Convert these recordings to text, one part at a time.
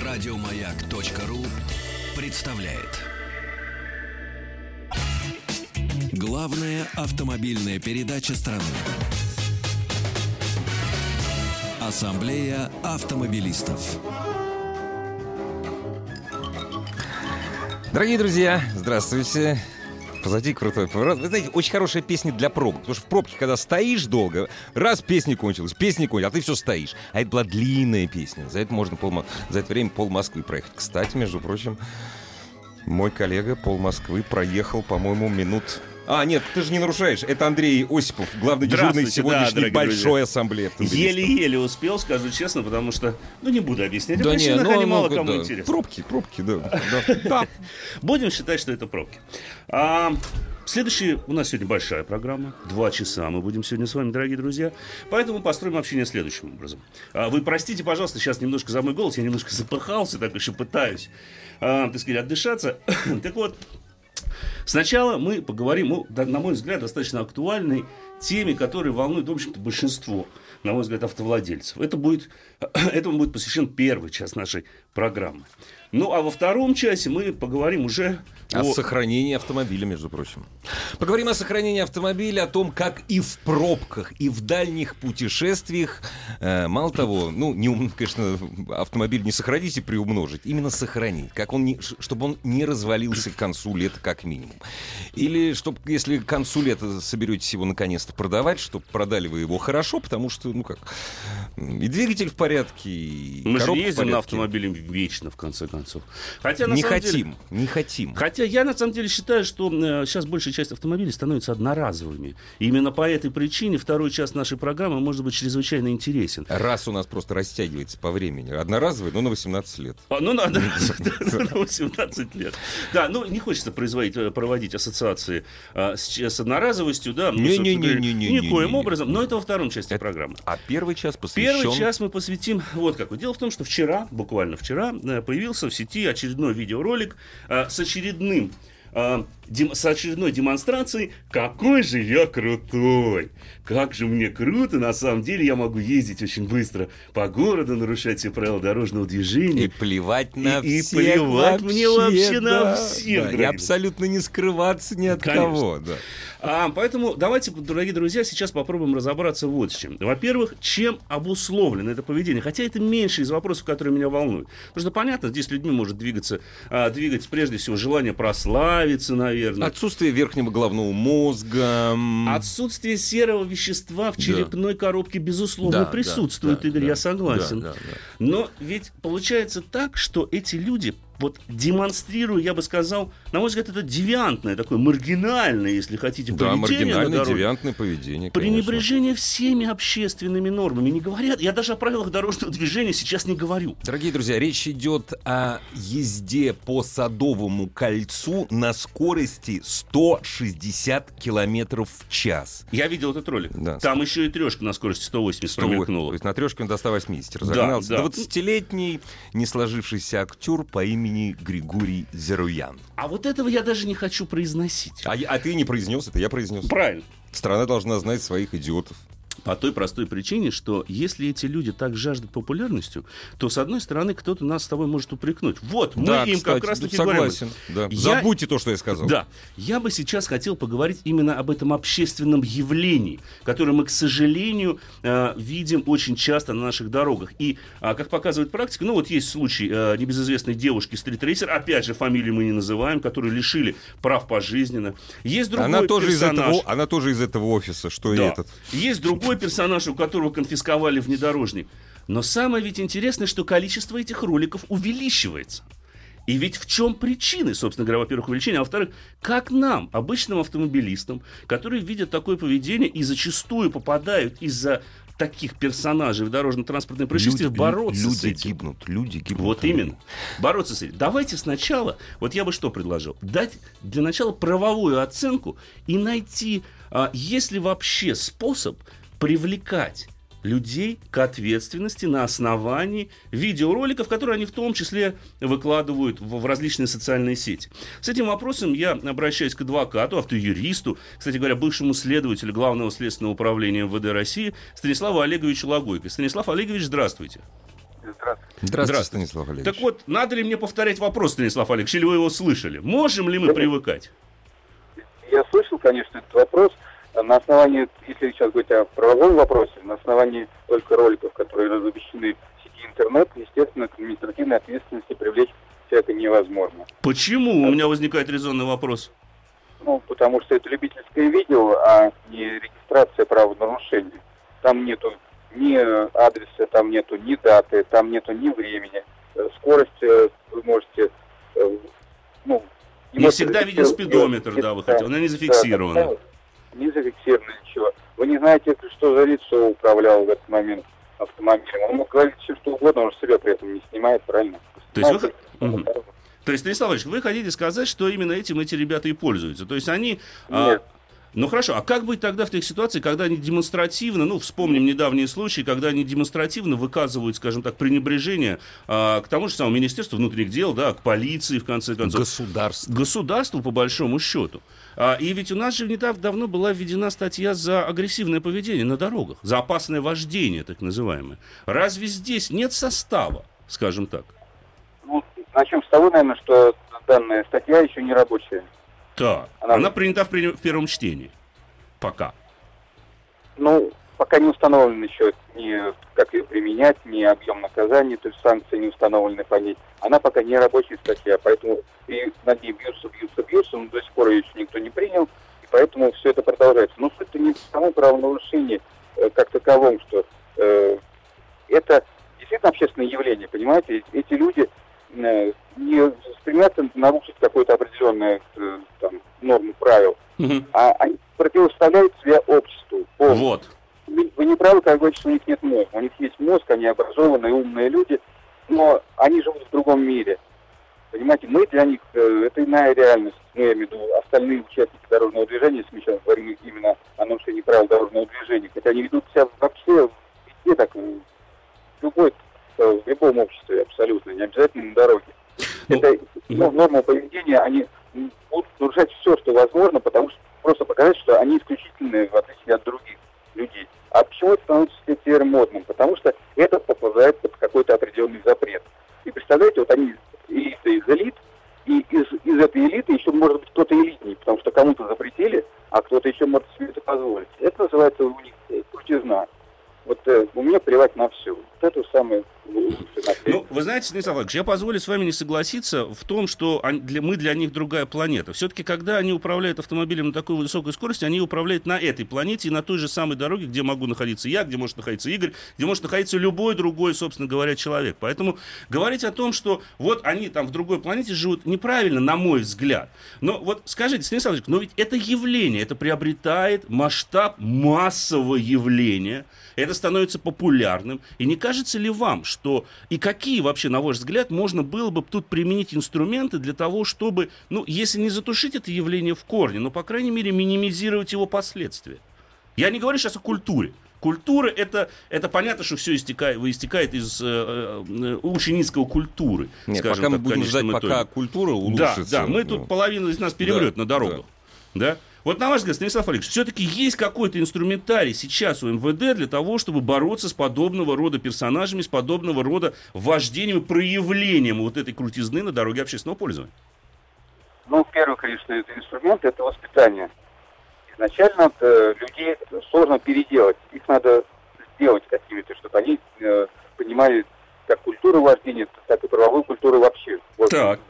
Радиомаяк.ру представляет. Главная автомобильная передача страны. Ассамблея автомобилистов. Дорогие друзья, здравствуйте. Позади крутой поворот. Вы знаете, очень хорошая песня для пробок. Потому что в пробке, когда стоишь долго, раз песня кончилась, а ты все стоишь. А это была длинная песня. За это время пол Москвы проехать. Кстати, между прочим, мой коллега пол Москвы проехал, по-моему, минут... Нет, ты же не нарушаешь. Это Андрей Осипов, главный дежурный сегодняшней большой ассамблеи автомобилистов. Еле-еле успел, скажу честно, потому что, не буду объяснять. Да мало кому интересно. Пробки, да. Будем считать, что это пробки. Следующая у нас сегодня большая программа. 2 часа мы будем сегодня с вами, дорогие друзья. Поэтому построим общение следующим образом. Вы простите, пожалуйста, сейчас немножко за мой голос. Я немножко запыхался, так еще пытаюсь, отдышаться. Так вот, сначала мы поговорим, на мой взгляд, достаточно актуальной теме, которая волнует, в общем-то, большинство, на мой взгляд, автовладельцев. Этому будет посвящен первый час нашей программы. А во втором часе мы поговорим уже о сохранении автомобиля, между прочим. Поговорим о сохранении автомобиля, о том, как и в пробках, и в дальних путешествиях, мало того, конечно, автомобиль не сохранить и приумножить, именно сохранить, чтобы он не развалился к концу лета как минимум. Или, если к концу лета соберетесь его наконец-то продавать, чтобы продали вы его хорошо, потому что, и двигатель в порядке, и мы коробка же ездим в порядке. На автомобиле вечно, в конце концов. Не хотим. Хотя я, на самом деле, считаю, что сейчас большая часть автомобилей становится одноразовыми. И именно по этой причине второй час нашей программы может быть чрезвычайно интересен. Раз у нас просто растягивается по времени. Одноразовый, на 18 лет. На 18 лет. Да, не хочется проводить ассоциации с одноразовой,стью, да. Никоим образом. Но это во втором части программы. А первый час посвящен... Первый час мы посвятим как. Дело в том, что буквально вчера, появился в сети очередной видеоролик с очередной демонстрацией «Какой же я крутой! Как же мне круто! На самом деле я могу ездить очень быстро по городу, нарушать все правила дорожного движения». И плевать на всех. И плевать мне вообще на всех. И абсолютно не скрываться ни от кого. Да. Поэтому давайте, дорогие друзья, сейчас попробуем разобраться вот с чем. Во-первых, чем обусловлено это поведение. Хотя это меньше из вопросов, которые меня волнуют. Потому что, понятно, здесь людьми может двигать прежде всего желание прославиться, наверное. Отсутствие верхнего головного мозга. Отсутствие серого вещества в черепной коробке, безусловно, присутствует, Игорь, я согласен. Но ведь получается так, что эти люди... демонстрируя, я бы сказал, на мой взгляд, это девиантное, такое маргинальное, если хотите, поведение на дороге. Девиантное поведение, пренебрежение всеми общественными нормами. Не говорят, я даже о правилах дорожного движения сейчас не говорю. Дорогие друзья, речь идет о езде по Садовому кольцу на скорости 160 километров в час. Я видел этот ролик. Да. Там еще и трешка на скорости 180 промелькнула. То есть на трешке он до 180 разогнался. Да. 20-летний не сложившийся актер по имени Григорий Зеруян. А этого я даже не хочу произносить. А ты не произнес, это я произнес. Правильно. Страна должна знать своих идиотов. По той простой причине, что если эти люди так жаждут популярностью, то, с одной стороны, кто-то нас с тобой может упрекнуть. Мы им как раз-таки согласен. говорим. Забудьте то, что я сказал. Да. Я бы сейчас хотел поговорить именно об этом общественном явлении, которое мы, к сожалению, видим очень часто на наших дорогах. И, как показывает практика, есть случай небезызвестной девушки стритрейсер, опять же, фамилию мы не называем, которую лишили прав пожизненно. Есть другой персонаж. Она тоже из этого офиса, что и этот. Есть другой персонаж, у которого конфисковали внедорожник. Но самое ведь интересное, что количество этих роликов увеличивается. И ведь в чем причины, собственно говоря, во-первых, увеличения, а во-вторых, как нам, обычным автомобилистам, которые видят такое поведение и зачастую попадают из-за таких персонажей в дорожно-транспортном происшествии, бороться с этим. Люди гибнут. Вот именно. Бороться с этим. Давайте сначала, я бы что предложил, дать для начала правовую оценку и найти, есть ли вообще способ привлекать людей к ответственности на основании видеороликов, которые они в том числе выкладывают в различные социальные сети. С этим вопросом я обращаюсь к адвокату, автоюристу, кстати говоря, бывшему следователю Главного следственного управления МВД России Станиславу Олеговичу Логойко. Станислав Олегович, здравствуйте. Здравствуйте, Станислав Олегович. Так вот, надо ли мне повторять вопрос, Станислав Олегович, или вы его слышали? Можем ли мы привыкать? Я слышал, конечно, этот вопрос. На основании, если сейчас говорить о правовом вопросе, на основании только роликов, которые размещены в сети интернет, естественно, к административной ответственности привлечь это невозможно. Почему? У меня возникает резонный вопрос. Ну, потому что это любительское видео, а не регистрация правонарушения. Там нету ни адреса, там нету ни даты, там нету ни времени. Скорость вы можете... Не всегда виден спидометр, да, вы хотели. Она не зафиксирована. Да, не зафиксировано ничего. Вы не знаете, что за лицо управляло в этот момент автомобилем. Он мог говорить все, что угодно, он же себя при этом не снимает, правильно? То есть То есть, Станислав Ильич, вы хотите сказать, что именно этим эти ребята и пользуются? То есть они... Нет. Ну хорошо, а как быть тогда в тех ситуациях, когда они демонстративно, вспомним недавние случаи, когда они демонстративно выказывают, скажем так, пренебрежение к тому же самому Министерству внутренних дел, да, к полиции, в конце концов. Государству, по большому счету. И ведь у нас же давно была введена статья за агрессивное поведение на дорогах, за опасное вождение, так называемое. Разве здесь нет состава, скажем так? Начнем с того, наверное, что данная статья еще не рабочая. Так, она принята в первом чтении. Пока. Пока не установлен еще ни как ее применять, ни объем наказания, то есть санкции не установлены по ней. Она пока не рабочая статья, поэтому и над ней бьются, но до сих пор ее еще никто не принял, и поэтому все это продолжается. Но суть-то не в самом правонарушении как таковом, что это действительно общественное явление, понимаете? Эти люди не стремятся нарушить какую-то определенную норму правил, а они противоставляют себя обществу. Вот. Вы не правы, когда говорите, что у них нет мозга. У них есть мозг, они образованные, умные люди, но они живут в другом мире. Понимаете, мы для них, это иная реальность. Я имею в виду остальные участники дорожного движения, если мы сейчас говорим именно о нарушении правил дорожного движения, хотя они ведут себя вообще везде так, в любом обществе абсолютно, не обязательно на дороге. Нормы поведения, они будут нарушать все, что возможно, потому что просто показать, что они исключительные в отличие от других людей. А почему это становится теперь модным? Потому что это попадает под какой-то определенный запрет. И представляете, вот они элита из элит, и из этой элиты еще может быть кто-то элитней, потому что кому-то запретили, а кто-то еще может себе это позволить. Это называется у них крутизна. У меня плевать на все. Вот это самое лучшее. Вы знаете, Станислав Ильич, я позволю с вами не согласиться в том, что мы для них другая планета. Все-таки, когда они управляют автомобилем на такой высокой скорости, они управляют на этой планете и на той же самой дороге, где могу находиться я, где может находиться Игорь, где может находиться любой другой, собственно говоря, человек. Поэтому говорить о том, что вот они там в другой планете живут, неправильно, на мой взгляд. Но вот скажите, Станислав Ильич, но ведь это явление, это приобретает масштаб массового явления, это становится популярным. И не кажется ли вам, что и какие вообще, на ваш взгляд, можно было бы тут применить инструменты для того, чтобы, если не затушить это явление в корне, но, по крайней мере, минимизировать его последствия? Я не говорю сейчас о культуре. Культура это понятно, что все истекает из ученической культуры. Нет, пока мы будем ждать, пока культура улучшится. Да, мы тут половина из нас перемрет на дорогах. Да. Вот на ваш взгляд, Станислав Олегович, все-таки есть какой-то инструментарий сейчас у МВД для того, чтобы бороться с подобного рода персонажами, с подобного рода вождением и проявлением вот этой крутизны на дороге общественного пользования? Первый, конечно, это инструмент, это воспитание. Изначально людей сложно переделать. Их надо сделать какими-то, чтобы они понимали как культуру вождения, так и правовую культуру вообще. Так.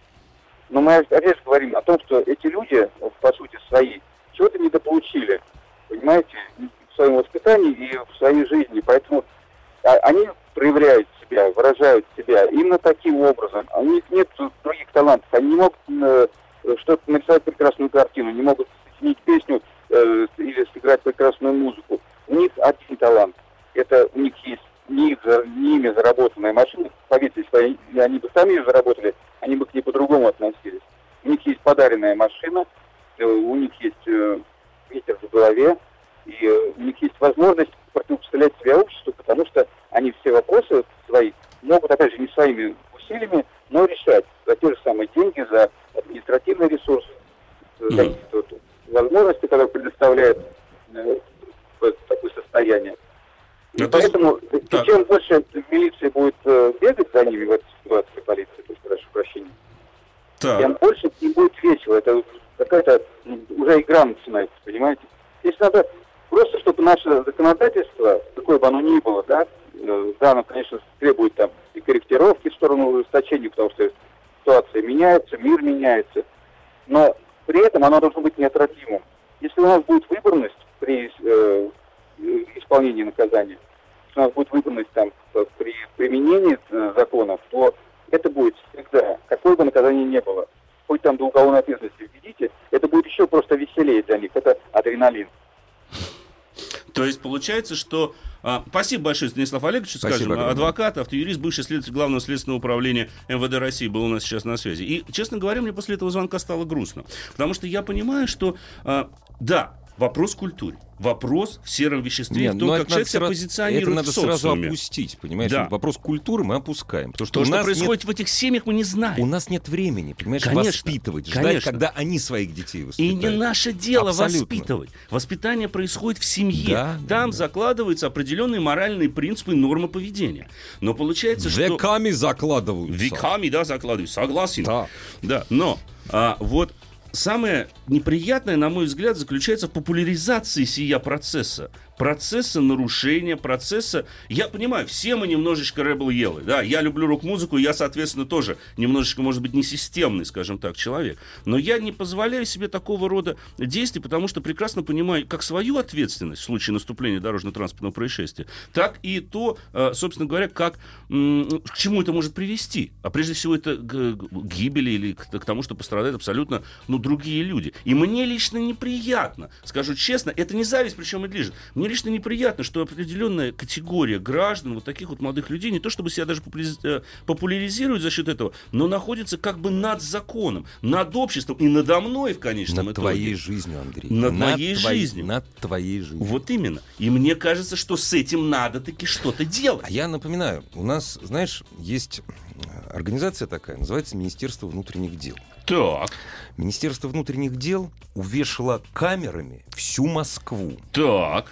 Но мы опять же говорим о том, что эти люди, по сути, свои, чего-то недополучили, понимаете, в своем воспитании и в своей жизни. Поэтому они проявляют себя, выражают себя именно таким образом. У них нет других талантов. Они не могут что-то нарисовать прекрасную картину, не могут сочинить песню или сыграть прекрасную музыку. У них один талант. Это у них есть не ими заработанная машина. Поверьте, если они бы сами ее заработали, они бы к ней по-другому относились. У них есть подаренная машина, у них есть ветер в голове, и у них есть возможность противопоставлять себя обществу, потому что они все вопросы свои могут, опять же, не своими усилиями, но решать за те же самые деньги, за административный ресурс, за возможности, которые предоставляет такое состояние. И поэтому чем больше милиция будет бегать за ними в этой ситуации, полиция, то есть, прошу прощения, тем больше им будет весело. Это какая-то уже игра начинается, понимаете? Здесь надо просто, чтобы наше законодательство, какое бы оно ни было, да, оно, конечно, требует там и корректировки в сторону ужесточения, потому что ситуация меняется, мир меняется, но при этом оно должно быть неотвратимым. Если у нас будет выборность при исполнении наказания, если у нас будет выборность там при применении законов, то это будет всегда, какое бы наказание ни было. Хоть там до уголовной ответственности введите, это будет еще просто веселее для них, это адреналин. То есть получается, что... спасибо большое, Станислав Олегович, скажем, адвокат, автоюрист, бывший следователь Главного следственного управления МВД России был у нас сейчас на связи. И, честно говоря, мне после этого звонка стало грустно. Потому что я понимаю, что, да, вопрос культуры, вопрос в сером веществе, в том, как человек себя позиционирует это надо в социуме. Сразу опустить, понимаешь? Да. Вопрос культуры мы опускаем. Потому То, что происходит в этих семьях, мы не знаем. У нас нет времени, понимаешь, Конечно, воспитывать, ждать, конечно. когда они своих детей И воспитают. не наше дело Абсолютно. воспитывать. Воспитание происходит в семье. Да, Там закладываются определенные моральные принципы и нормы поведения. Но получается, что... Веками закладываются. Веками, да, закладываются. Согласен. Да. Да. Но вот самое неприятное, на мой взгляд, заключается в популяризации сия процесса. Процесса нарушения, процесса... Я понимаю, все мы немножечко rebel-yellow, да, я люблю рок-музыку, я, соответственно, тоже немножечко, может быть, несистемный, скажем так, человек. Но я не позволяю себе такого рода действий, потому что прекрасно понимаю как свою ответственность в случае наступления дорожно-транспортного происшествия, так и то, собственно говоря, как, к чему это может привести. А прежде всего это к гибели или к тому, что пострадают абсолютно, другие люди. И мне лично неприятно, скажу честно, это не зависть, причем и лежит. Мне лично неприятно, что определенная категория граждан, вот таких вот молодых людей, не то чтобы себя даже популяризируют за счет этого, но находится как бы над законом, над обществом и надо мной в конечном итоге. Над твоей жизнью, Андрей. Над моей жизнью. Над твоей жизнью. Вот именно. И мне кажется, что с этим надо таки что-то делать. А я напоминаю, у нас, знаешь, есть организация такая, называется Министерство внутренних дел. Так. Министерство внутренних дел увешало камерами всю Москву. Так.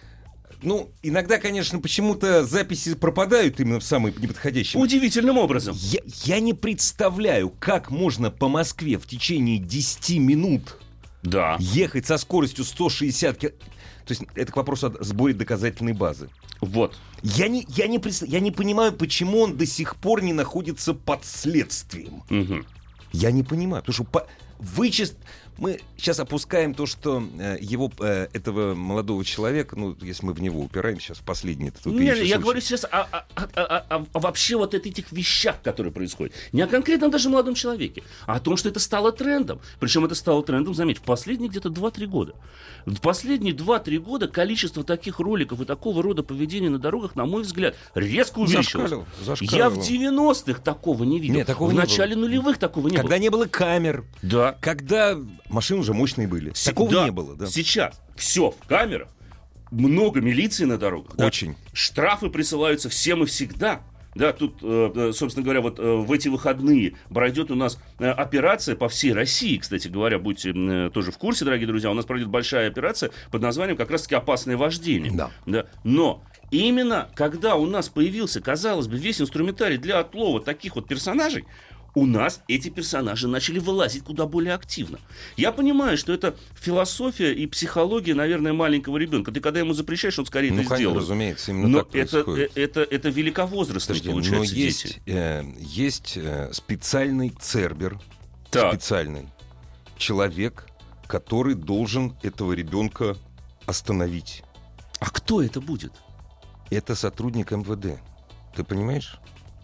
Иногда, конечно, почему-то записи пропадают именно в самый неподходящий момент. Удивительным образом. Я не представляю, как можно по Москве в течение 10 минут ехать со скоростью 160 км. То есть это к вопросу о сборе доказательной базы. Вот. Я не понимаю, почему он до сих пор не находится под следствием. Угу. Я не понимаю, потому что мы сейчас опускаем то, что этого молодого человека, если мы в него упираем сейчас, в последний этот Нет, я говорю сейчас о вообще вот этих вещах, которые происходят. Не о конкретном даже молодом человеке, а о том, что это стало трендом. Причем это стало трендом, заметь, в последние где-то 2-3 года. В последние 2-3 года количество таких роликов и такого рода поведения на дорогах, на мой взгляд, резко увеличилось. Я в 90-х такого не видел. Нет, такого в не начале было. Нулевых такого не было. Когда не было камер. Да. Когда машины уже мощные были. Такого не было. Да. Сейчас все в камерах. Много милиции на дорогах. Очень. Да? Штрафы присылаются всем и всегда. Да, тут, собственно говоря, вот в эти выходные пройдет у нас операция по всей России, кстати говоря, будьте тоже в курсе, дорогие друзья, у нас пройдет большая операция под названием как раз-таки «Опасное вождение». Да. Да. Но именно когда у нас появился, казалось бы, весь инструментарий для отлова таких вот персонажей, у нас эти персонажи начали вылазить куда более активно. Я понимаю, что это философия и психология, наверное, маленького ребенка. Ты когда ему запрещаешь, он скорее это сделает. Разумеется, именно но так происходит. Это великовозрастные, получается, дети. Есть специальный цербер, специальный человек, который должен этого ребенка остановить. А кто это будет? Это сотрудник МВД. Ты понимаешь?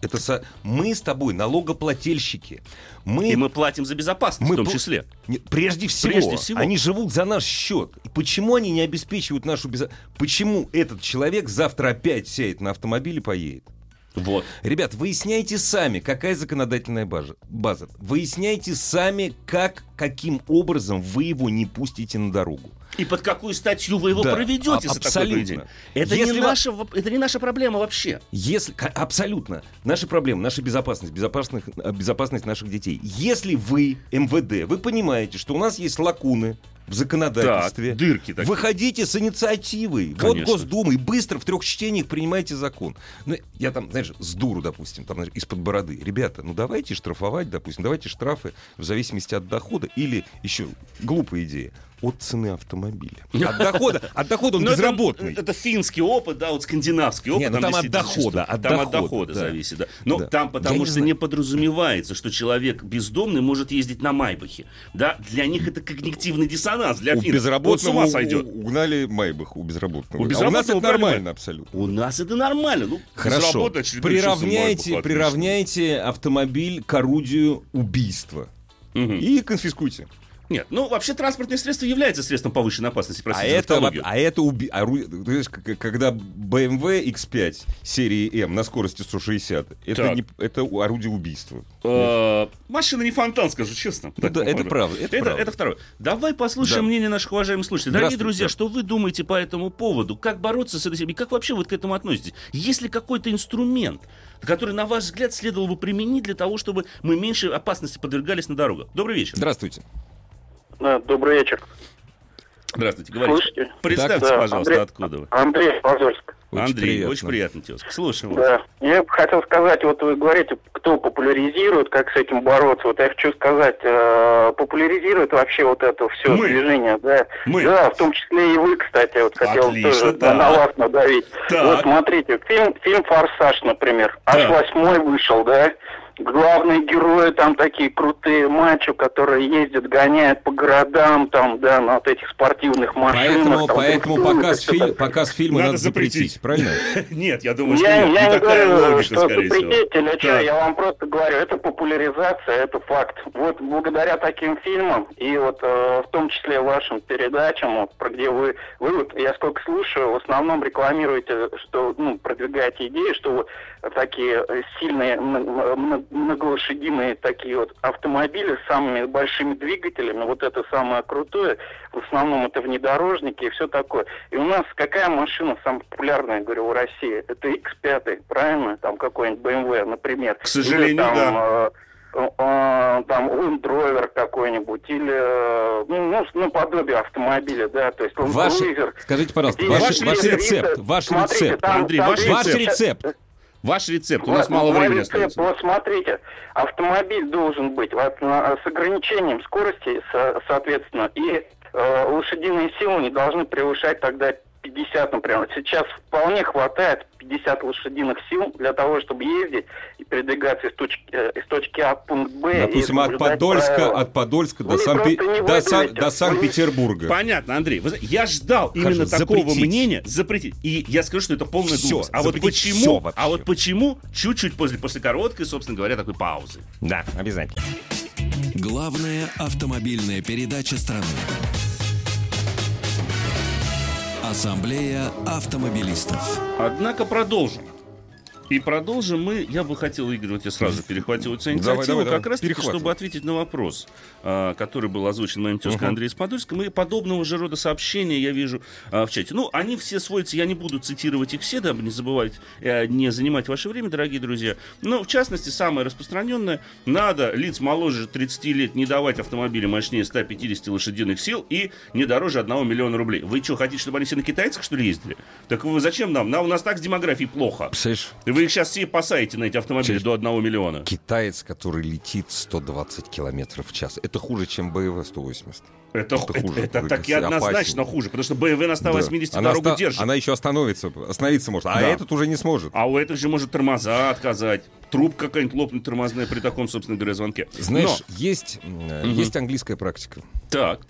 Мы с тобой налогоплательщики. И мы платим за безопасность в том числе. Прежде всего. Они живут за наш счет. И почему они не обеспечивают нашу безопасность? Почему этот человек завтра опять сядет на автомобиль и поедет? Вот. Ребят, выясняйте сами, какая законодательная база. Выясняйте сами, каким образом вы его не пустите на дорогу. И под какую статью вы его проведете за такое поведение? Это не наша проблема вообще. Абсолютно. Наша проблема, наша безопасность наших детей. Если вы, МВД, вы понимаете, что у нас есть лакуны в законодательстве, так, дырки такие. Выходите с инициативой. Конечно. Вот Госдума, и быстро в 3 чтениях принимайте закон. Ну, я там, знаешь, с дуру, допустим, там, знаешь, из-под бороды. Ребята, ну давайте штрафовать, допустим, давайте штрафы в зависимости от дохода. Или еще глупая идея. От цены автомобиля. От дохода он безработный. Это финский опыт, да, вот скандинавский опыт. Там от дохода зависит, да. Но там потому что не подразумевается, что человек бездомный может ездить на Майбахе. Да, для них это когнитивный диссонанс, для финнов. У безработного угнали Майбах, у безработного. У нас это нормально абсолютно. У нас это нормально. Ну, хорошо, приравняйте автомобиль к орудию убийства и конфискуйте. Нет, ну вообще транспортное средство является средством повышенной опасности, простите за тавтологию. Когда BMW X5 серии М на скорости 160, это орудие убийства. Машина не фонтан, скажу честно. Это правда. Это второе. Давай послушаем мнение наших уважаемых слушателей. Дорогие друзья, что вы думаете по этому поводу? Как бороться с этой темой? И как вообще вы к этому относитесь? Есть ли какой-то инструмент, который, на ваш взгляд, следовало бы применить для того, чтобы мы меньше опасности подвергались на дорогах? Добрый вечер. Здравствуйте. Добрый вечер. Здравствуйте, говорите. Слышите? Представьтесь, пожалуйста, откуда вы. Андрей, Подольск. Андрей, очень приятно, тезка. Слушаем вас. Да. Я бы хотел сказать, вот вы говорите, кто популяризирует, как с этим бороться. Вот я хочу сказать, популяризирует вообще вот это все движение, да. Мы. Да, в том числе и вы, кстати, вот хотел тоже на вас надавить. Так. Вот смотрите, фильм «Форсаж», например, аж 8-й вышел, да. Главные герои там такие крутые мачо, которые ездят, гоняют по городам, там, да, на вот этих спортивных машинах. Поэтому показ фильма надо запретить, правильно? Нет, я думаю, что я не говорю, логика, что запретить или что, я вам просто говорю, это популяризация, это факт. Вот благодаря таким фильмам и вот в том числе вашим передачам, вот, про где вы вот, я сколько слушаю, в основном рекламируете, что, продвигаете идеи, что вы такие сильные многолошадиные такие вот автомобили с самыми большими двигателями, вот это самое крутое, в основном это внедорожники и все такое. И у нас какая машина самая популярная, говорю, в России? Это X5, правильно? Там какой-нибудь BMW, например. К сожалению, или, да. Там Land Rover какой-нибудь, или, наподобие автомобиля, да, то есть Land Cruiser. Скажите, пожалуйста, ваш рецепт, Андрей, ваш рецепт. Ваш рецепт, у нас мало времени остается. Вот смотрите, автомобиль должен быть с ограничением скорости, соответственно, и лошадиные силы не должны превышать тогда 50, например. Сейчас вполне хватает 50 лошадиных сил для того, чтобы ездить и передвигаться из точки А в пункт Б. Допустим, от Подольска до Санкт-Петербурга. Понятно, Андрей. Я ждал именно такого мнения запретить. И я скажу, что это полная глупость. А вот почему чуть-чуть после короткой, собственно говоря, такой паузы. Да, обязательно. Главная автомобильная передача страны. Ассамблея автомобилистов. Однако продолжим. И продолжим мы, я бы хотел, Игорь, вот я сразу перехватил эту инициативу, как раз таки, чтобы ответить на вопрос, который был озвучен моим тезкой Андреем Подольским, и подобного же рода сообщения я вижу в чате. Они все сводятся, я не буду цитировать их все, дабы не забывать, не занимать ваше время, дорогие друзья, но, в частности, самое распространенное, надо лиц моложе 30 лет не давать автомобили мощнее 150 лошадиных сил и не дороже 1 миллиона рублей. Вы что, хотите, чтобы они все на китайцах, что ли, ездили? Так вы зачем нам? У нас так с демографией плохо. Вы их сейчас все посадите на эти автомобили до 1 миллиона. Китаец, который летит 120 километров в час. Это хуже, чем BMW 180. Это так и однозначно хуже, потому что BMW на 180 дорогу держит. Она еще остановиться может, а этот уже не сможет. А у этого же может тормоза отказать. Трубка какая-нибудь лопнет тормозная при таком, собственно говоря, звонке. Знаешь, есть английская практика. Так.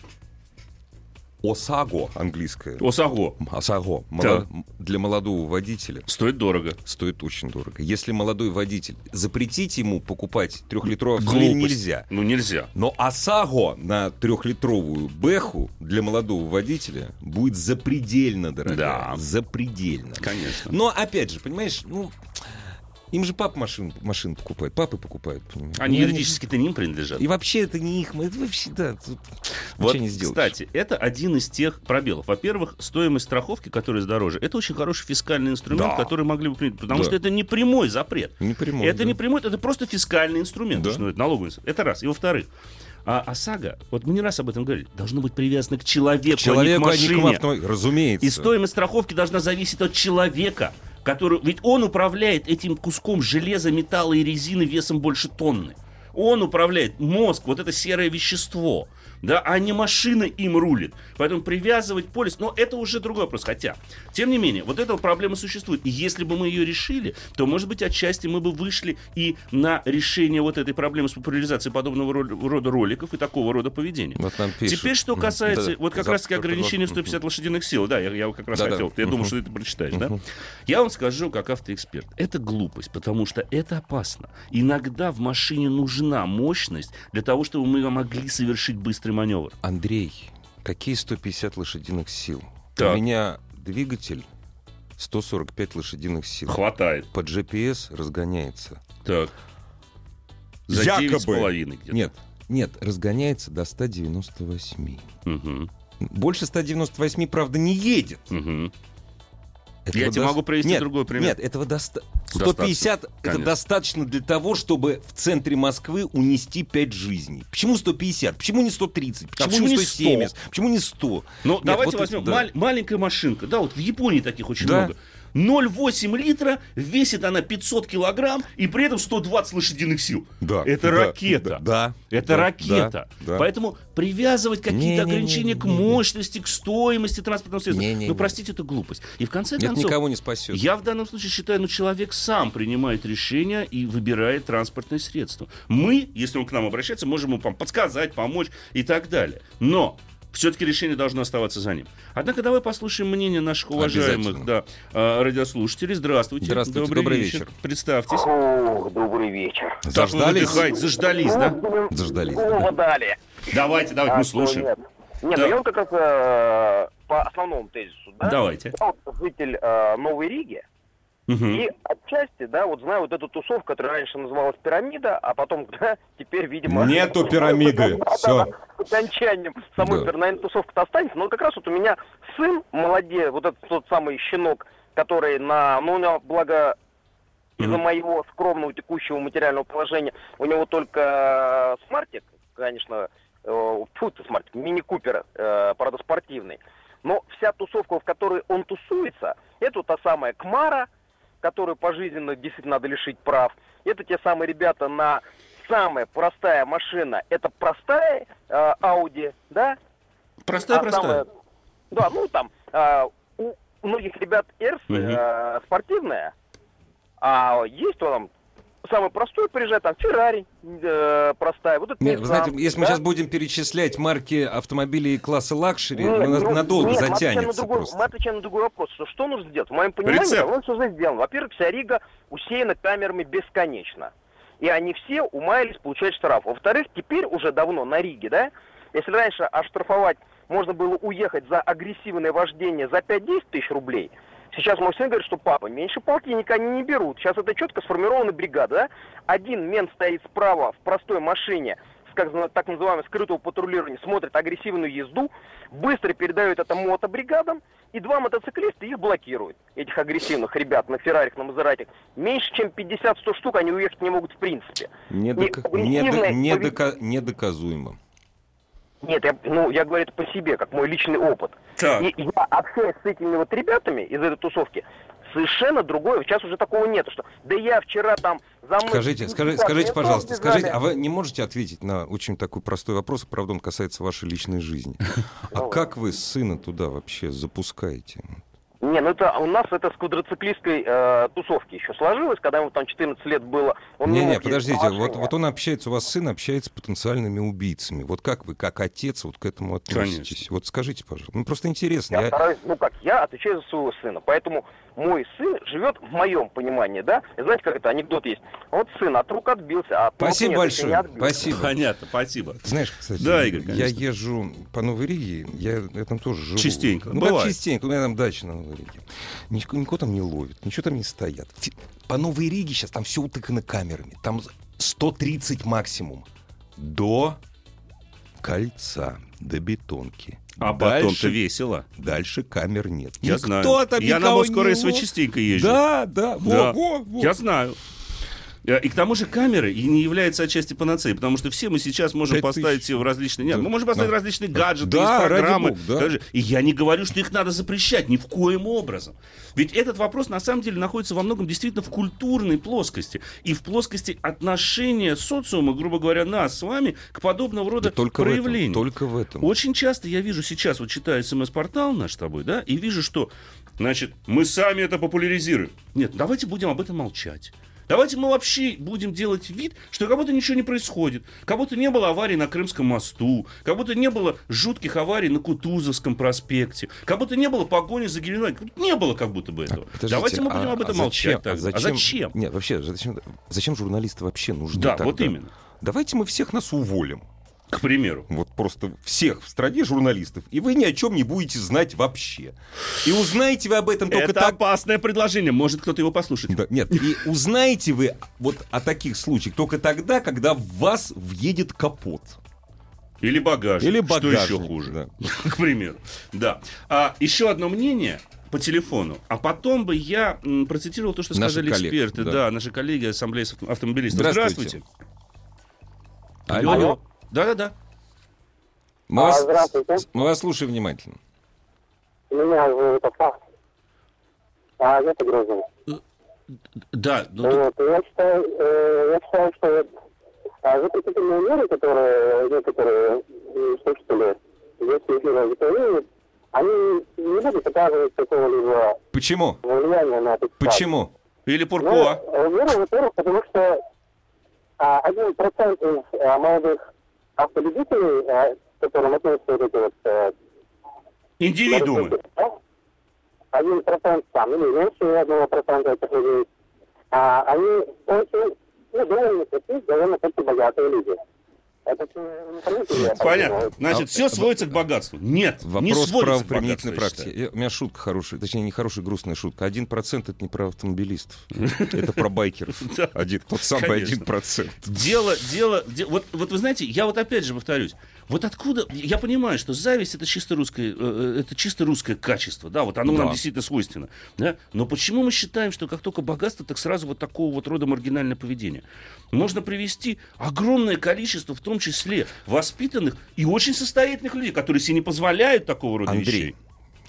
ОСАГО английское. ОСАГО. Для молодого водителя. Стоит дорого. Стоит очень дорого. Если молодой водитель, запретить ему покупать 3-литровый автомобиль нельзя. Нельзя. Но ОСАГО на 3-литровую бэху для молодого водителя будет запредельно дорогая. Да. Запредельно. Конечно. Но, опять же, понимаешь, Им же папа машин покупает, папы покупают, понимаете? Они юридически-то не им принадлежат. И вообще это не их, это вообще, да, тут Вот, ничего не сделаешь. кстати, это один из тех пробелов. Во-первых, стоимость страховки, которая дороже, это очень хороший фискальный инструмент, который могли бы принять, потому что это не прямой запрет. Не прямой, это не прямой, это просто фискальный инструмент, что это налоговый инструмент. Это раз. И во-вторых, ОСАГО, вот мы не раз об этом говорили, должно быть привязано к человеку, а не к машине. Разумеется. И стоимость страховки должна зависеть от человека, который, ведь он управляет этим куском железа, металла и резины весом больше тонны. Он управляет, мозг, вот это серое вещество, да, а не машина им рулит. Поэтому привязывать полис, но это уже другой вопрос. Хотя, тем не менее, вот эта проблема существует. И если бы мы ее решили, то, может быть, отчасти мы бы вышли и на решение вот этой проблемы с популяризацией подобного рода роликов и такого рода поведения. Вот нам пишут. Теперь, что касается, вот как раз-таки ограничения в 150 лошадиных сил. Да, я как раз хотел. Я думал, что ты это прочитаешь, да? Я вам скажу, как автоэксперт. Это глупость, потому что это опасно. Иногда в машине нужна мощность для того, чтобы мы могли совершить быстрый маневр. Андрей, какие 150 лошадиных сил? Так. У меня двигатель 145 лошадиных сил. Хватает. Под GPS разгоняется. Так. За 9,5 где-то. Нет, разгоняется до 198. Угу. Больше 198, правда, не едет. Угу. Я тебе могу привести другой пример. Нет, этого 150 это достаточно для того, чтобы в центре Москвы унести 5 жизней. Почему 150? Почему не 130? Почему не 170? Почему не 100? Ну, Нет, давайте вот возьмем маленькая машинка. Да, вот в Японии таких очень много. 0,8 литра, весит она 500 килограмм и при этом 120 лошадиных сил. Да, это ракета. Это ракета. Поэтому привязывать какие-то ограничения к мощности, к стоимости транспортного средства, простите, это глупость. И в конце концов, никого не спасет. Я в данном случае считаю, человек сам принимает решение и выбирает транспортное средство. Мы, если он к нам обращается, можем ему подсказать, помочь и так далее. Но все-таки решение должно оставаться за ним. Однако давай послушаем мнение наших уважаемых радиослушателей. Здравствуйте. Добрый вечер. Представьтесь. Добрый вечер. Заждались, да? Заждались. Дали. Давайте, мы слушаем. Нет, я как раз по основному тезису. Да? Давайте. Я житель Новой Риги. И отчасти, знаю вот эту тусовку, которая раньше называлась «Пирамида», а потом, теперь, видимо... Нету пирамиды, все. С окончанием самой, наверное, тусовка-то останется. Но как раз вот у меня сын молодец, вот этот тот самый щенок, который у него, благо, из-за моего скромного текущего материального положения, у него только смартик, конечно, смартик, мини-купер, правда, спортивный. Но вся тусовка, в которой он тусуется, это та самая Кмара, которую пожизненно действительно надо лишить прав. Это те самые ребята на самая простая машина. Это простая Audi, да? Простая. У многих ребят Эрс спортивная, а есть там самый простой приезжает, там Феррари простая. Вот это вы знаете, если мы сейчас будем перечислять марки автомобилей класса лакшери, надолго затянется просто. Мы отвечаем на другой вопрос. Что нужно сделать? В моем понимании, давно все уже сделано. Во-первых, вся Рига усеяна камерами бесконечно. И они все умаялись получать штраф. Во-вторых, теперь уже давно на Риге, да, если раньше оштрафовать можно было уехать за агрессивное вождение за 5-10 тысяч рублей, сейчас мой сын говорит, что папа, меньше полтинника они не берут. Сейчас это четко сформирована бригада. Да? Один мент стоит справа в простой машине с так называемого скрытого патрулирования, смотрит агрессивную езду, быстро передает это мотобригадам, и 2 мотоциклиста их блокируют, этих агрессивных ребят на Феррарих, на Мазератих. Меньше чем 50-100 штук они уехать не могут в принципе. Недоказуемо. Нет, я говорю это по себе, как мой личный опыт. Так. И я общаюсь с этими вот ребятами из этой тусовки, совершенно другое. Сейчас уже такого нету, что да я вчера там за мной... Скажите, пожалуйста, а вы не можете ответить на очень такой простой вопрос, правда, он касается вашей личной жизни. А как вы сына туда вообще запускаете? Не, это у нас это с квадроциклистской тусовки еще сложилось, когда ему там 14 лет было. Подождите, вот он общается, у вас сын общается с потенциальными убийцами. Вот как вы, как отец, вот к этому относитесь? Конечно. Вот скажите, пожалуйста. Просто интересно. Я отвечаю за своего сына, поэтому мой сын живет в моем понимании, да? И знаете, как это анекдот есть? Вот сын от рук отбился, а Спасибо большое. Спасибо. Понятно, спасибо. Знаешь, кстати, Да, Игорь, конечно. я езжу по Новой Риге, я там тоже живу. Частенько. Ну, Бывает. как частенько, у меня там дача на Новой Риге. Никого там не ловит, ничего там не стоят. По Новой Риге сейчас там все утыкано камерами. Там 130 максимум. До кольца, до бетонки. А потом-то весело. Дальше камер нет. Я Никто знаю. там Я на никого Москве не СВ ловит. частенько езжу. Да. Да. Во. Я знаю. И к тому же камеры и не являются отчасти панацеей, потому что все мы сейчас можем 5000. поставить в различные... Нет, Да. мы можем поставить Да. различные гаджеты, Да, есть ради программы. бога, да. Даже- И я не говорю, что их надо запрещать, ни в коем образом. Ведь этот вопрос на самом деле находится во многом действительно в культурной плоскости и в плоскости отношения социума, грубо говоря, нас с вами к подобного рода Да только проявлениям. только в этом. Очень часто я вижу сейчас, вот читаю СМС-портал наш с тобой, да, и вижу, что, значит, мы сами это популяризируем. Нет, давайте будем об этом молчать. Давайте мы вообще будем делать вид, что как будто ничего не происходит. Как будто не было аварий на Крымском мосту. Как будто не было жутких аварий на Кутузовском проспекте. Как будто не было погони за Геленвагеном. Не было как будто бы этого. Подождите, Давайте мы будем об этом молчать. зачем? Зачем? Нет, вообще, зачем журналисты вообще нужны Да, тогда? вот именно. Давайте мы всех нас уволим. К примеру. Вот просто всех в стране журналистов. И вы ни о чем не будете знать вообще. И узнаете вы об этом только Это так... опасное предложение. Может кто-то его послушать. Да, нет, и узнаете вы вот о таких случаях только тогда, когда в вас въедет капот. Или багажник. Или Что багажник, еще хуже? да. К примеру. Да. Еще одно мнение по телефону. А потом бы я процитировал то, что Наши сказали коллеги, эксперты. да. Да, наши коллеги Ассамблеи автомобилистов. Здравствуйте. Алло. Да-да-да. Здравствуйте. Мы вас слушаем внимательно. Меня зовут Апа. Я Грозный. Да. Ну, тут- Вот, я считаю, что запретительные меры, которые некоторые слушатели если эфира заповедуют, они не будут оказывать какого-либо Почему? влияния на этот Почему? Или Пурко. Во-первых, потому что 1% из молодых автолюбителей, к которым относятся вот эти вот... Индивидуумы. 1% там, или меньше 1% этих людей, они очень, довольно таки богатые люди. Это не понятие. Понятно. Значит, все сводится к богатству. Нет, не Вопрос сводится про к применительной богатству, я практике. У меня шутка хорошая, точнее, не хорошая, грустная шутка. 1% это не про автомобилистов. Это про байкеров. Да. Тот самый Конечно. 1%. Дело, вот вы знаете, я вот опять же повторюсь, вот откуда, я понимаю, что зависть это чисто русское качество, да, вот оно нам Да. действительно свойственно, да, но почему мы считаем, что как только богатство, так сразу вот такого вот рода маргинальное поведение? Можно привести огромное количество, в том числе воспитанных и очень состоятельных людей, которые себе не позволяют такого рода Андрей, вещей.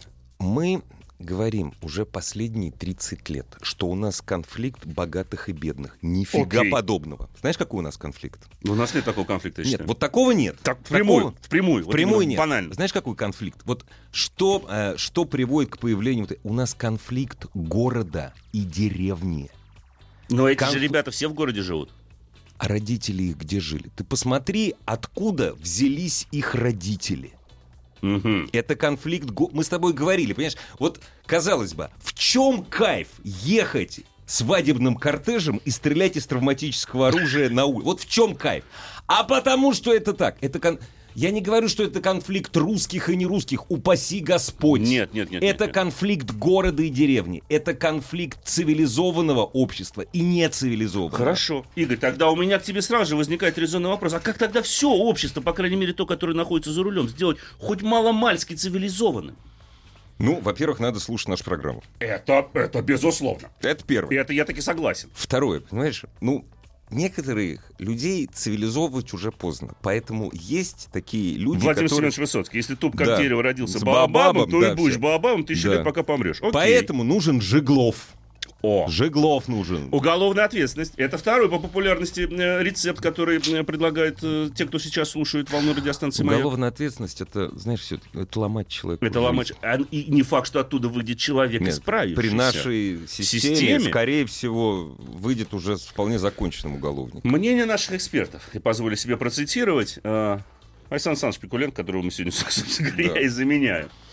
мы говорим уже последние 30 лет, что у нас конфликт богатых и бедных. Нифига Окей. подобного. Знаешь, какой у нас конфликт? У нас нет такого конфликта, я Нет, считаю. вот такого нет. Так, впрямую. Вот Впрямую именно, нет. банально. Знаешь, какой конфликт? Вот что приводит к появлению... У нас конфликт города и деревни. Но эти же ребята все в городе живут. А родители их где жили? Ты посмотри, откуда взялись их родители. Мгм. Это конфликт... Мы с тобой говорили, понимаешь? Вот, казалось бы, в чем кайф ехать свадебным кортежем и стрелять из травматического оружия на улице? Вот в чем кайф? А потому что это так. Я не говорю, что это конфликт русских и нерусских. Упаси Господь. Нет. Это конфликт города и деревни. Это конфликт цивилизованного общества и нецивилизованного. Хорошо. Игорь, тогда у меня к тебе сразу же возникает резонный вопрос. А как тогда все общество, по крайней мере то, которое находится за рулем, сделать хоть маломальски цивилизованным? Ну, во-первых, надо слушать нашу программу. Это безусловно. Это первое. И это я таки согласен. Второе, понимаешь, некоторых людей цивилизовывать уже поздно. Поэтому есть такие люди, Владимир которые... Семенович Высоцкий, если туп как Да. дерево родился С баобабом, баобабом, то да, и будешь всё. баобабом 1000 Да. лет, пока помрешь. Окей. Поэтому нужен Жиглов. О. Жиглов нужен. Уголовная ответственность. Это второй по популярности рецепт, который предлагают те, кто сейчас слушает волну радиостанции «Маяк». Уголовная ответственность, это, знаешь, все это ломать человека. Это ломать. И не факт, что оттуда выйдет человек, исправившийся. При нашей системе, скорее всего, выйдет уже с вполне законченным уголовником. Мнение наших экспертов, я позволю себе процитировать, Александр Александрович Пикуленко, которого мы сегодня, собственно говоря, Да. и заменяем.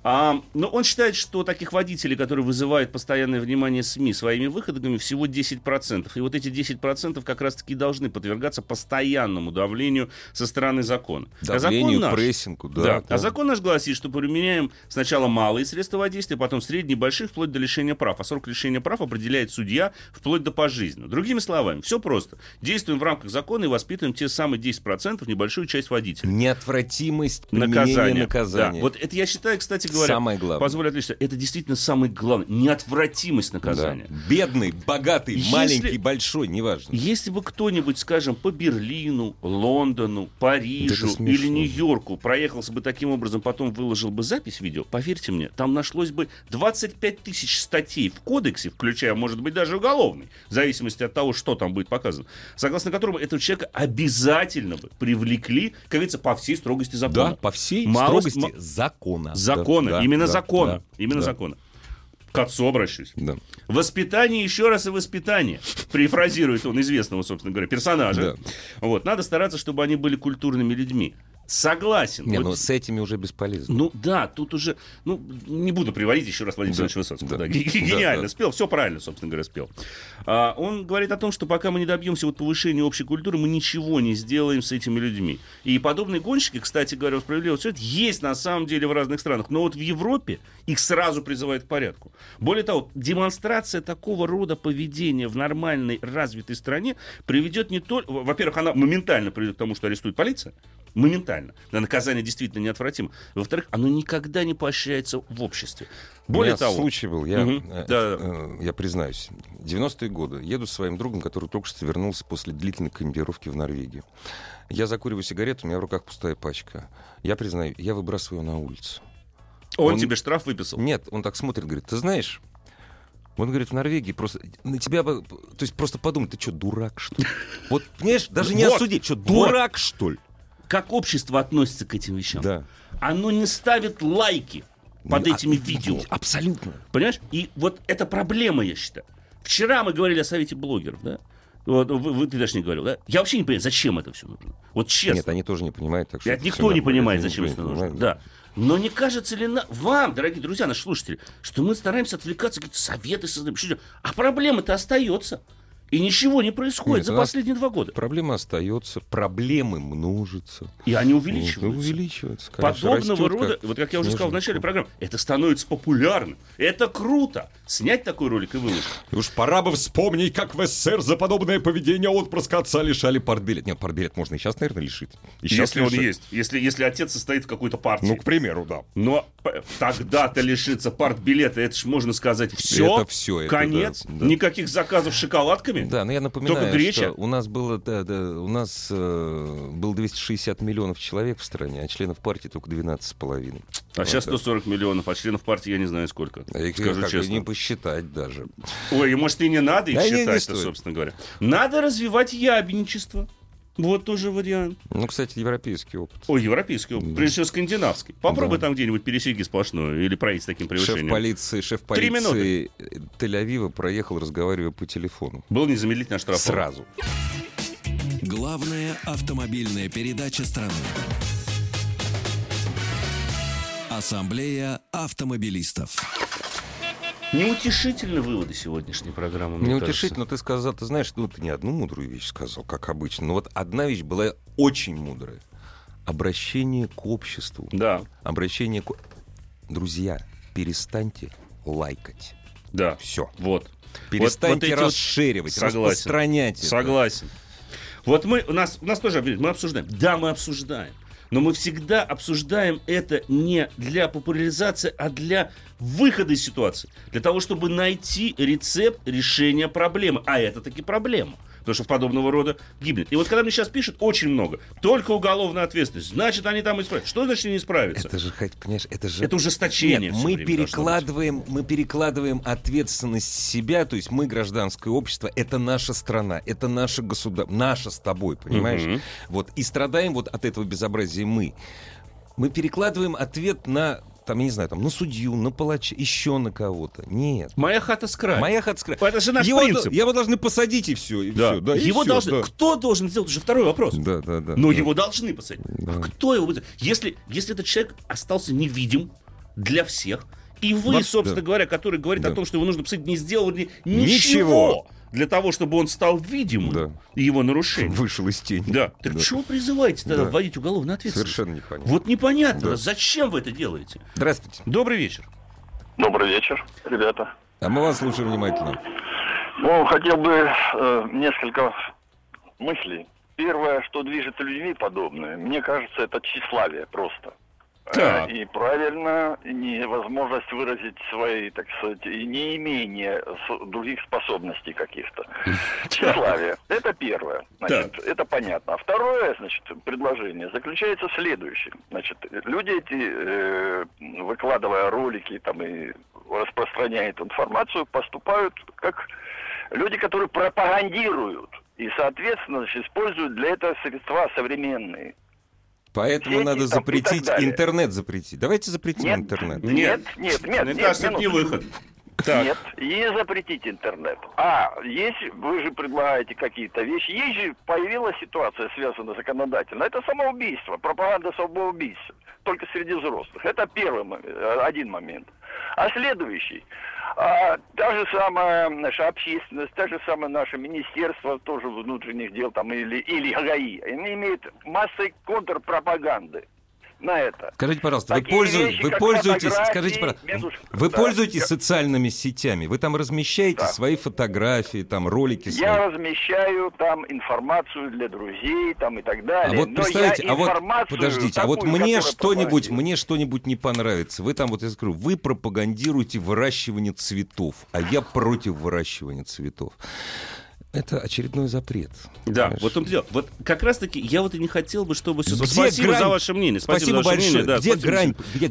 Но он считает, что таких водителей, которые вызывают постоянное внимание СМИ своими выходками, всего 10%. И вот эти 10% как раз-таки должны подвергаться постоянному давлению со стороны закона. Давлению, прессингу, да. А закон наш гласит, что применяем сначала малые средства воздействия, потом средние, большие, вплоть до лишения прав. А срок лишения прав определяет судья вплоть до пожизненного. Другими словами, все просто. Действуем в рамках закона и воспитываем те самые 10%, небольшую часть водителей. Неотвратимость применения наказания. Да. Вот это, я считаю, кстати говоря, самое главное. Позволь отлично, это действительно самое главное. Неотвратимость наказания. Да. Бедный, богатый, маленький, большой, неважно. Если бы кто-нибудь, скажем, по Берлину, Лондону, Парижу или Нью-Йорку проехался бы таким образом, потом выложил бы запись видео, поверьте мне, там нашлось бы 25 тысяч статей в кодексе, включая, может быть, даже уголовный, в зависимости от того, что там будет показано, согласно которому этого человека обязательно бы привлекли, как говорится, по всей строгости закона. Да, по всей строгости закона. Закона, да, именно да, закона. Да, именно да. закона. К отцу обращусь. Да. Воспитание, еще раз и воспитание. Перефразирует он известного, собственно говоря, персонажа. Да. Вот. Надо стараться, чтобы они были культурными людьми. Согласен. Не, вот. но с этими уже бесполезно. Ну да, тут уже, не буду приводить еще раз Владимира Владимировича Высоцкого. Да. Да. Гениально Да. спел, все правильно, собственно говоря, спел. Он говорит о том, что пока мы не добьемся повышения общей культуры, мы ничего не сделаем с этими людьми. И подобные гонщики, кстати говоря, справедливо, все это есть на самом деле в разных странах. Но вот в Европе их сразу призывают к порядку. Более того, демонстрация такого рода поведения в нормальной, развитой стране приведет не только... Во-первых, она моментально приведет к тому, что арестует полиция. Моментально. Да, наказание действительно неотвратимо. Во-вторых, оно никогда не поощряется в обществе. Более того... случай был, я признаюсь, 90-е годы еду со своим другом, который только что вернулся после длительной командировки в Норвегию. Я закуриваю сигарету, у меня в руках пустая пачка. Я признаю, я выбрасываю ее на улицу. Он тебе штраф выписал? Нет, он так смотрит, говорит, ты знаешь... Он говорит, в Норвегии просто на тебя, то есть просто подумай, ты что, дурак, что ли? Вот, понимаешь, даже не осудить, что, дурак, что ли? Как общество относится к этим вещам? Да. Оно не ставит лайки под этими видео. Абсолютно. Понимаешь? И вот это проблема, я считаю. Вчера мы говорили о совете блогеров, да? Вот, ты даже не говорил, да? Я вообще не понимаю, зачем это все нужно. Вот честно. Нет, они тоже не понимают. Так что это никто не понимает, зачем это нужно. Да. Но не кажется ли вам, дорогие друзья, наши слушатели, что мы стараемся отвлекаться, какие-то советы создаем, а проблема-то остается. И ничего не происходит за последние 2 года. Проблема остается, проблемы множатся. И они увеличиваются. Конечно, подобного рода, вот как я уже сказал в начале программы, это становится популярным. Это круто. Снять такой ролик и выложить. И уж пора бы вспомнить, как в СССР за подобное поведение отпрыска отца лишали партбилет. Нет, партбилет можно и сейчас, наверное, лишить. Если он есть. Если отец состоит в какой-то партии. Ну, к примеру, да. Но тогда-то лишиться партбилета, это ж можно сказать все. Конец. Да. Никаких заказов с шоколадками. Да, но я напоминаю, только греча. Что у нас было 260 миллионов человек в стране, а членов партии только 12,5. А сейчас 140 миллионов, а членов партии я не знаю сколько. Скажу честно. Не посчитать даже. Ой, может, и не надо их считать-то, собственно говоря. Надо развивать ябедничество. Вот тоже вариант. Ну, кстати, европейский опыт. Ой, европейский опыт. Да. Прежде всего, скандинавский. Попробуй там где-нибудь пересеки сплошную или проедь с таким превышением. Шеф полиции Тель-Авива проехал, разговаривая по телефону. Был незамедлительно оштрафован. Сразу. Главная автомобильная передача страны. Ассамблея автомобилистов. Неутешительны выводы сегодняшней программы, мне Неутешительно, но ты сказал, ты знаешь, ты не одну мудрую вещь сказал, как обычно, но вот одна вещь была очень мудрая. Обращение к обществу. Да. Обращение к... Друзья, перестаньте лайкать. Да. Все. Вот. Перестаньте расширивать, распространять это. Согласен. Вот у нас тоже мы обсуждаем. Да, мы обсуждаем. Но мы всегда обсуждаем это не для популяризации, а для выхода из ситуации. Для того, чтобы найти рецепт решения проблемы. А это таки проблема. Потому что в подобного рода гибнет. И вот когда мне сейчас пишут очень много, только уголовная ответственность, значит, они там исправятся. Что значит не исправятся? Это же, понимаешь, это ужесточение. Нет, мы перекладываем ответственность с себя, то есть мы, гражданское общество, это наша страна, это наше государство, наше с тобой, понимаешь? Угу. Вот, и страдаем вот от этого безобразия мы. Мы перекладываем ответ на... Там, я не знаю, там, на судью, на палача, еще на кого-то. Нет. Моя хата с краю. Моя хата с краю. Это же наш принцип. Его должны посадить, и все. И да. все. Да, его и должны... все, да. Кто должен сделать? Это уже второй вопрос. Да. Но его должны посадить. Да. А кто его будет? Если этот человек остался невидим, для всех. И вы, собственно говоря, который говорит о том, что его нужно посадить, не сделали Ничего для того, чтобы он стал видимым, и его нарушение. Вышел из тени. Да. Так чего вы призываете тогда вводить уголовную ответственность? Совершенно непонятно. Вот непонятно, зачем вы это делаете? Здравствуйте. Добрый вечер. Добрый вечер, ребята. А мы вас слушаем внимательно. Ну, хотел бы несколько мыслей. Первое, что движет людьми подобное, мне кажется, это тщеславие просто. И правильно, невозможность выразить свои, так сказать, неимение других способностей каких-то. Тщеславие. Это первое. Значит, это понятно. А второе, значит, предложение заключается в следующем. Значит, люди эти, выкладывая ролики там и распространяя эту информацию, поступают как люди, которые пропагандируют. И, соответственно, значит, используют для этого средства современные. Поэтому надо запретить интернет. Давайте запретим интернет. Нет. Мне кажется, это не выход. Нет, не запретить интернет. Если вы же предлагаете какие-то вещи, есть же появилась ситуация, связанная законодательно. Это самоубийство, пропаганда самоубийства, только среди взрослых. Это один момент. А следующий. Та же самая наша общественность, та же самое наше министерство тоже внутренних дел там, или ГАИ, они имеют массой контрпропаганды на это. Скажите, пожалуйста, вы пользуетесь социальными сетями? Вы там размещаете свои фотографии, там ролики свои? Я размещаю там информацию для друзей там, и так далее. А вот представьте, подождите, мне что-нибудь не понравится. Вы там, я скажу, вы пропагандируете выращивание цветов, а я против выращивания цветов. Это очередной запрет. Да, понимаешь? Вот он дело. Вот как раз-таки я вот и не хотел бы, чтобы... Спасибо за ваше мнение. Спасибо большое. Да, где грань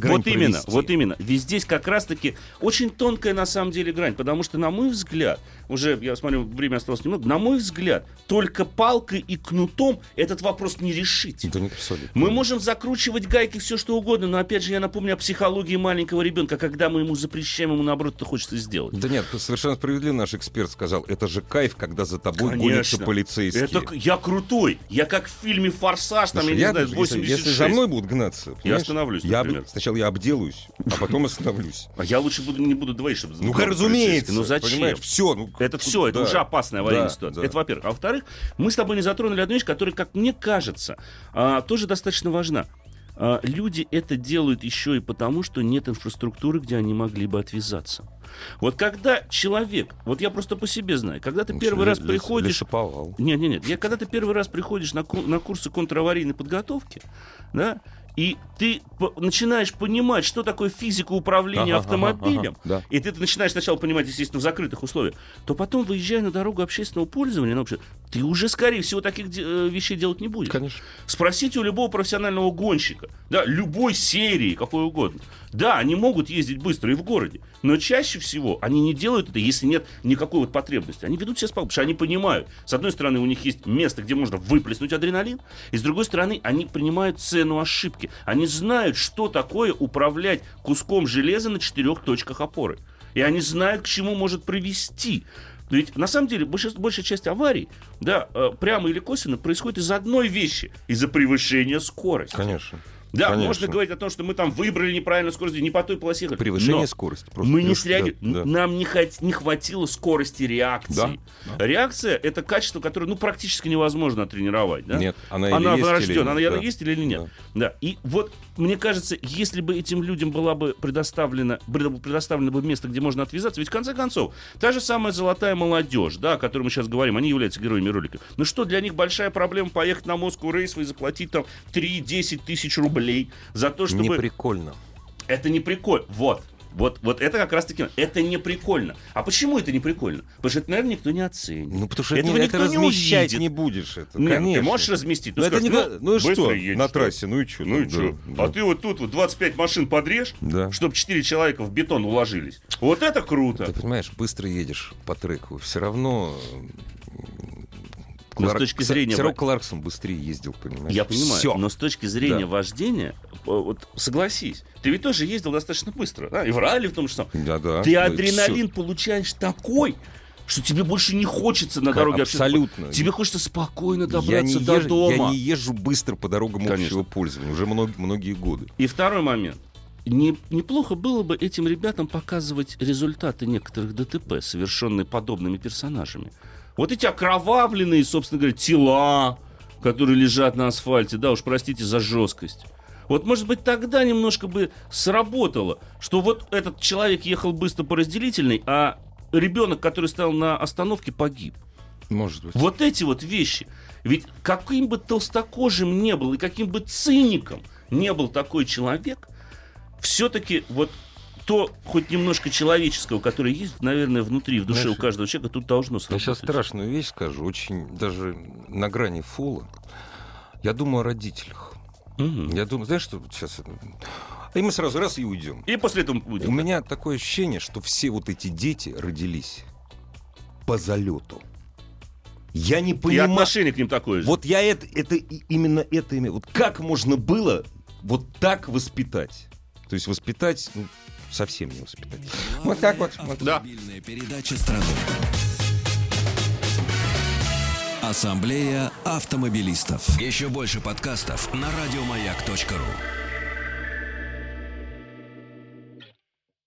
Вот именно. Ведь здесь как раз-таки очень тонкая на самом деле грань. Потому что, на мой взгляд, уже, я смотрю, время осталось немного, на мой взгляд, только палкой и кнутом этот вопрос не решить. Да нет, абсолютно. Мы можем закручивать гайки все что угодно, но опять же я напомню о психологии маленького ребенка, когда мы ему запрещаем, ему наоборот это хочется сделать. Да нет, совершенно справедливо наш эксперт сказал, это же кайф, когда за тобой гонятся полицейские. Я крутой. Я как в фильме «Форсаж», там, слушай, я не знаю, 86. Если за мной будут гнаться, я остановлюсь, например. Сначала я обделаюсь, а потом остановлюсь. А я лучше не буду двоить, чтобы... разумеется. Ну зачем? Понимаешь, все. Это уже опасная аварийная ситуация. Да. Это во-первых. А во-вторых, мы с тобой не затронули одну вещь, которая, как мне кажется, тоже достаточно важна. Люди это делают еще и потому, что нет инфраструктуры, где они могли бы отвязаться. Вот когда человек, вот я просто по себе знаю, когда ты первый раз приходишь... Нет, когда ты первый раз приходишь на курсы контраварийной подготовки, да, и ты начинаешь понимать, что такое физика управления автомобилем, и ты начинаешь сначала понимать, естественно, в закрытых условиях, то потом, выезжая на дорогу общественного пользования, ты уже, скорее всего, таких вещей делать не будешь. Конечно. Спросите у любого профессионального гонщика, да, любой серии, какой угодно. Да, они могут ездить быстро и в городе, но чаще всего они не делают это, если нет никакой вот потребности. Они ведут себя спокойно, потому что они понимают, с одной стороны, у них есть место, где можно выплеснуть адреналин, и с другой стороны, они принимают цену ошибки. Они знают, что такое управлять куском железа на 4 точках опоры. И они знают, к чему может привести. Ведь на самом деле большая часть аварий, да, прямо или косвенно, происходит из одной вещи, из-за превышения скорости. Конечно. Да, Конечно. можно говорить о том, что мы там выбрали неправильную скорость, не по той полосе. Превышение скорости. Мы не среагировали. Нам не хватило скорости реакции. Да. Реакция — это качество, которое практически невозможно тренировать. Да? Нет, она врожденная. Она есть или нет. Да. И вот, мне кажется, если бы этим людям было бы предоставлено бы место, где можно отвязаться, ведь в конце концов, та же самая золотая молодежь, да, о которой мы сейчас говорим, они являются героями ролика. Ну что, для них большая проблема поехать на Moscow Raceway и заплатить там 3-10 тысяч рублей за то, чтобы... Не прикольно. Это не прикольно. Вот это как раз-таки... Это не прикольно. А почему это не прикольно? Потому что это, наверное, никто не оценит. Ну, потому что это размещать не будешь. Это, нет, конечно. Ты можешь разместить. Ну, скажешь, и что? Едешь, на трассе, ну и что? А ты вот тут 25 машин подрежь, чтобы 4 человека в бетон уложились. Вот это круто. Ты понимаешь, быстро едешь по треку. Все равно... Но с точки зрения... Кларксон быстрее ездил, понимаешь? Я понимаю, Всё. но с точки зрения вождения, вот согласись, ты ведь тоже ездил достаточно быстро, да? И в ралли в том же самом. Да. Ты адреналин получаешь такой, что тебе больше не хочется на дороге абсолютно. Тебе хочется спокойно добраться до дома. Я не езжу быстро по дорогам общего пользования уже многие годы. И второй момент. неплохо было бы этим ребятам показывать результаты некоторых ДТП, совершенные подобными персонажами. Вот эти окровавленные, собственно говоря, тела, которые лежат на асфальте, да уж простите за жесткость. Вот, может быть, тогда немножко бы сработало, что вот этот человек ехал быстро по разделительной, а ребенок, который стоял на остановке, погиб. Может быть. Вот эти вот вещи. Ведь каким бы толстокожим не был и каким бы циником не был такой человек, все-таки вот то хоть немножко человеческого, которое есть, наверное, внутри, в душе, знаешь, у каждого человека, тут должно сработать. Я сейчас страшную вещь скажу, очень даже на грани фола. Я думаю о родителях. Я думаю, знаешь, что сейчас... И мы сразу раз и уйдем. И после этого уйдем. У меня такое ощущение, что все вот эти дети родились по залету. Я не понимаю... И отношение к ним такое же. Вот я именно это имею. Вот как можно было вот так воспитать? То есть воспитать... совсем не воспитать. Вот так вот. Автомобильная передача страны. Ассамблея автомобилистов. Еще больше подкастов на радиомаяк.ру.